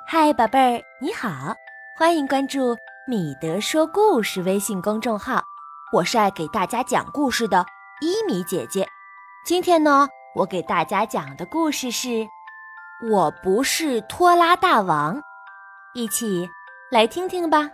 嗨，宝贝儿，你好，欢迎关注米德说故事微信公众号，我是爱给大家讲故事的伊米姐姐。今天呢，我给大家讲的故事是我不是拖拉大王，一起来听听吧。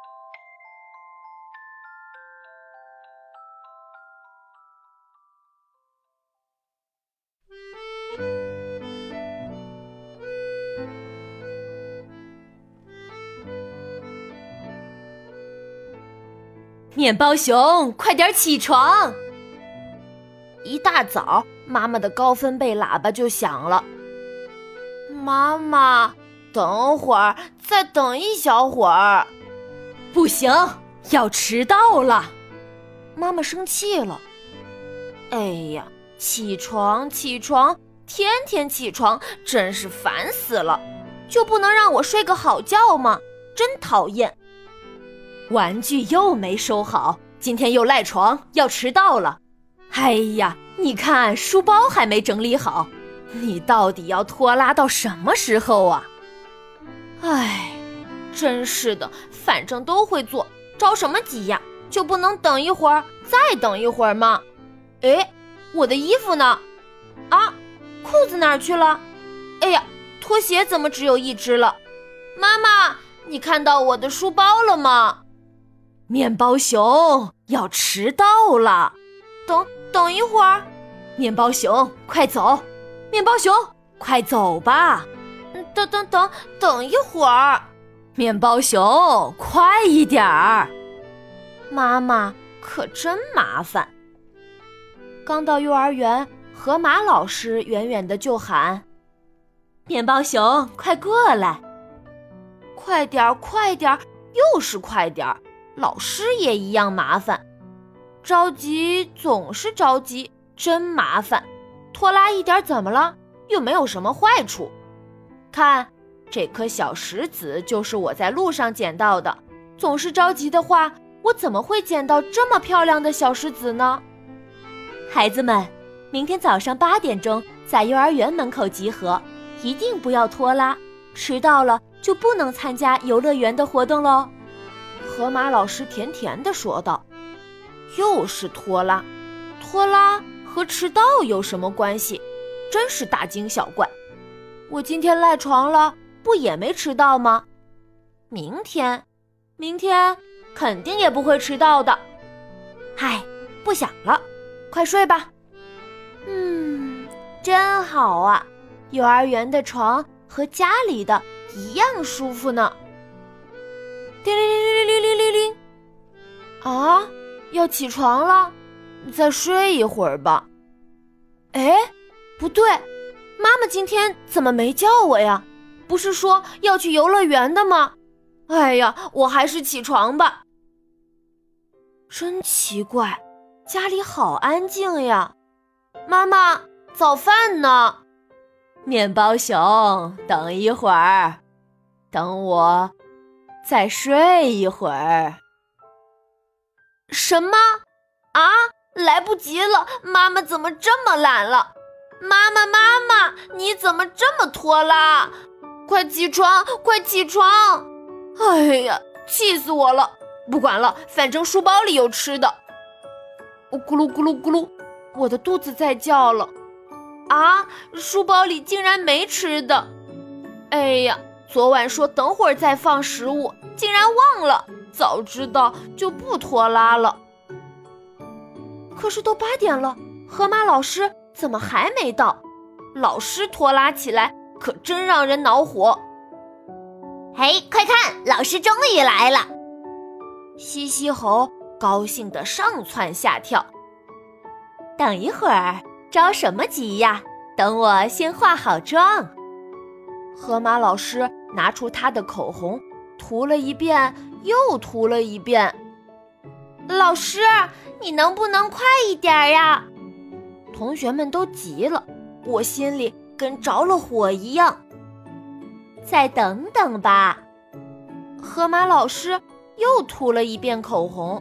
面包熊，快点起床！一大早，妈妈的高分贝喇叭就响了。妈妈，等会儿，再等一小会儿。不行，要迟到了。妈妈生气了。哎呀，起床，起床，天天起床，真是烦死了！就不能让我睡个好觉吗？真讨厌。玩具又没收好，今天又赖床，要迟到了。哎呀，你看书包还没整理好，你到底要拖拉到什么时候啊？哎，真是的，反正都会做，着什么急呀？就不能等一会儿，再等一会儿吗？哎，我的衣服呢？啊，裤子哪儿去了？哎呀，拖鞋怎么只有一只了？妈妈，你看到我的书包了吗？面包熊要迟到了，等一会儿，面包熊快走，面包熊快走吧，等一会儿，面包熊快一点儿，妈妈可真麻烦。刚到幼儿园，河马老师远远的就喊：面包熊快过来，快点快点，又是快点，老师也一样麻烦，着急总是着急，真麻烦。拖拉一点怎么了？又没有什么坏处。看，这颗小石子就是我在路上捡到的。总是着急的话，我怎么会捡到这么漂亮的小石子呢？孩子们，明天早上8点钟在幼儿园门口集合，一定不要拖拉，迟到了就不能参加游乐园的活动咯。河马老师甜甜地说道。又是拖拉，拖拉和迟到有什么关系？真是大惊小怪。我今天赖床了，不也没迟到吗？明天肯定也不会迟到的。嗨，不想了，快睡吧。真好啊，幼儿园的床和家里的一样舒服呢。叮铃铃铃铃铃铃！啊，要起床了，再睡一会儿吧。哎，不对，妈妈今天怎么没叫我呀？不是说要去游乐园的吗？哎呀，我还是起床吧。真奇怪，家里好安静呀。妈妈，早饭呢？面包熊，等一会儿，等我再睡一会儿。什么？啊，来不及了，妈妈怎么这么懒了？妈妈，你怎么这么拖拉？快起床，快起床！哎呀，气死我了！不管了，反正书包里有吃的。咕噜咕噜咕噜，我的肚子在叫了。啊，书包里竟然没吃的。哎呀，昨晚说等会儿再放食物，竟然忘了，早知道就不拖拉了。可是都8点了，河马老师怎么还没到？老师拖拉起来可真让人恼火。 嘿，快看，老师终于来了！ 西西猴高兴地上蹿下跳。等一会儿，着什么急呀？等我先化好妆。河马老师拿出他的口红，涂了一遍又涂了一遍。老师，你能不能快一点呀？同学们都急了，我心里跟着了火一样。再等等吧。河马老师又涂了一遍口红。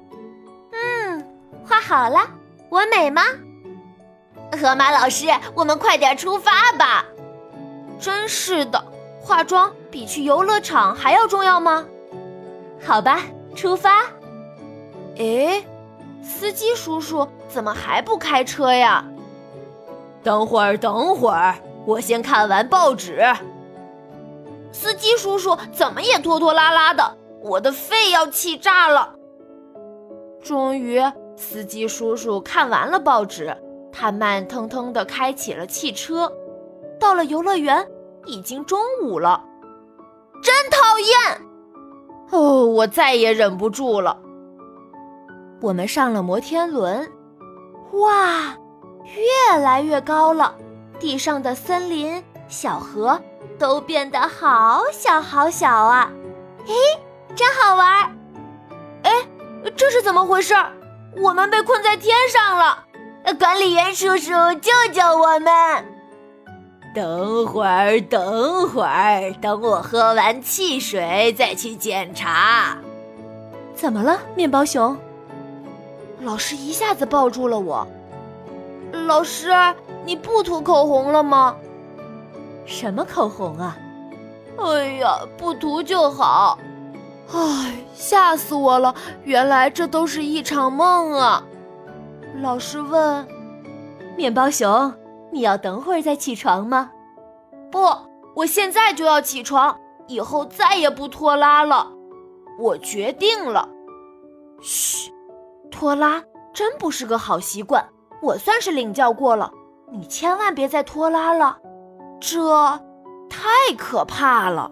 画好了，我美吗？ 河马老师，我们快点出发吧。 真是的，化妆比比去游乐场还要重要吗？好吧，出发。诶，司机叔叔怎么还不开车呀？等会儿，我先看完报纸。司机叔叔怎么也拖拖拉拉的，我的肺要气炸了。终于，司机叔叔看完了报纸，他慢腾腾地开起了汽车。到了游乐园，已经中午了。真讨厌！哦，我再也忍不住了。我们上了摩天轮，哇，越来越高了，地上的森林、小河都变得好小好小啊！ 嘿，真好玩！ 哎，这是怎么回事？我们被困在天上了！ 管理员叔叔，救救我们！ 等会儿，等我喝完汽水再去检查。怎么了，面包熊？老师一下子抱住了我。老师，你不涂口红了吗？什么口红啊？哎呀，不涂就好。唉，吓死我了，原来这都是一场梦啊。老师问，面包熊，你要等会儿再起床吗？不，我现在就要起床，以后再也不拖拉了。我决定了。嘘，拖拉真不是个好习惯，我算是领教过了，你千万别再拖拉了，这太可怕了。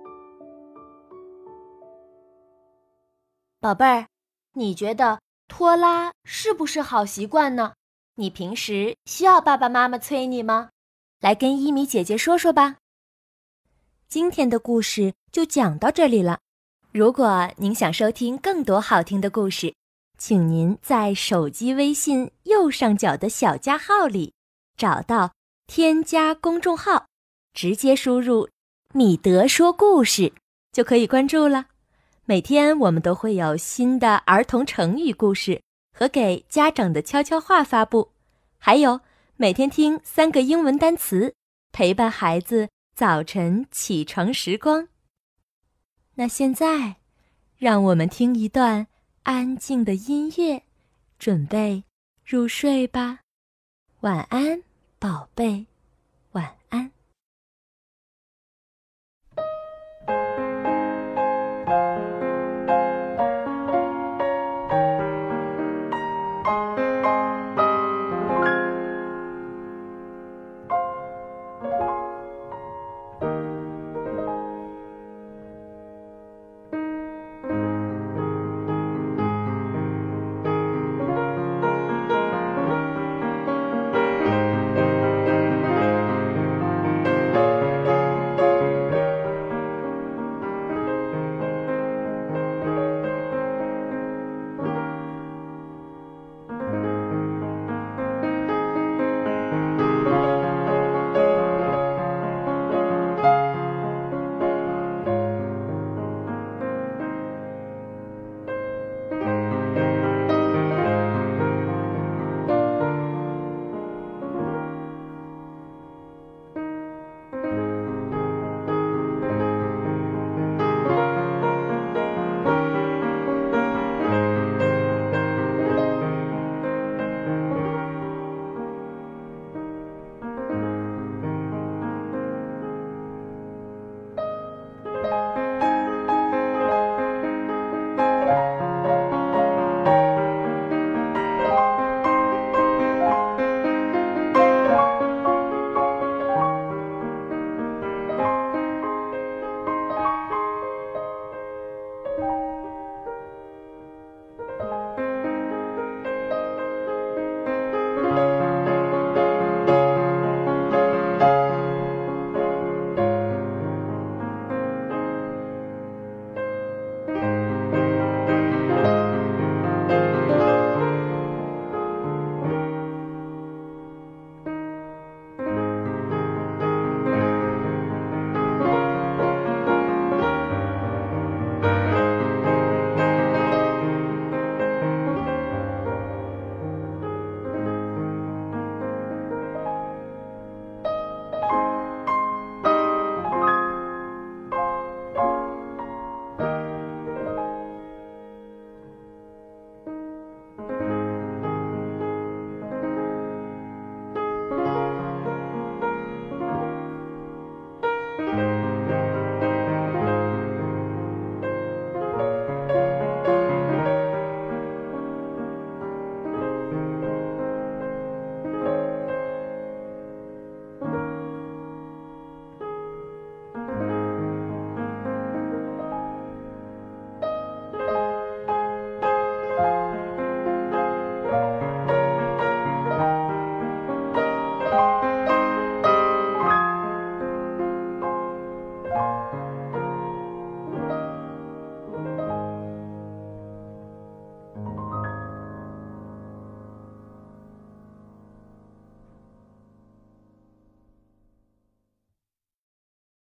宝贝儿，你觉得拖拉是不是好习惯呢？你平时需要爸爸妈妈催你吗？来跟一米姐姐说说吧。今天的故事就讲到这里了。如果您想收听更多好听的故事，请您在手机微信右上角的小加号里找到添加公众号，直接输入米德说故事就可以关注了。每天我们都会有新的儿童成语故事和给家长的悄悄话发布，还有每天听3个英文单词，陪伴孩子早晨起床时光。那现在，让我们听一段安静的音乐，准备入睡吧。晚安，宝贝，晚安。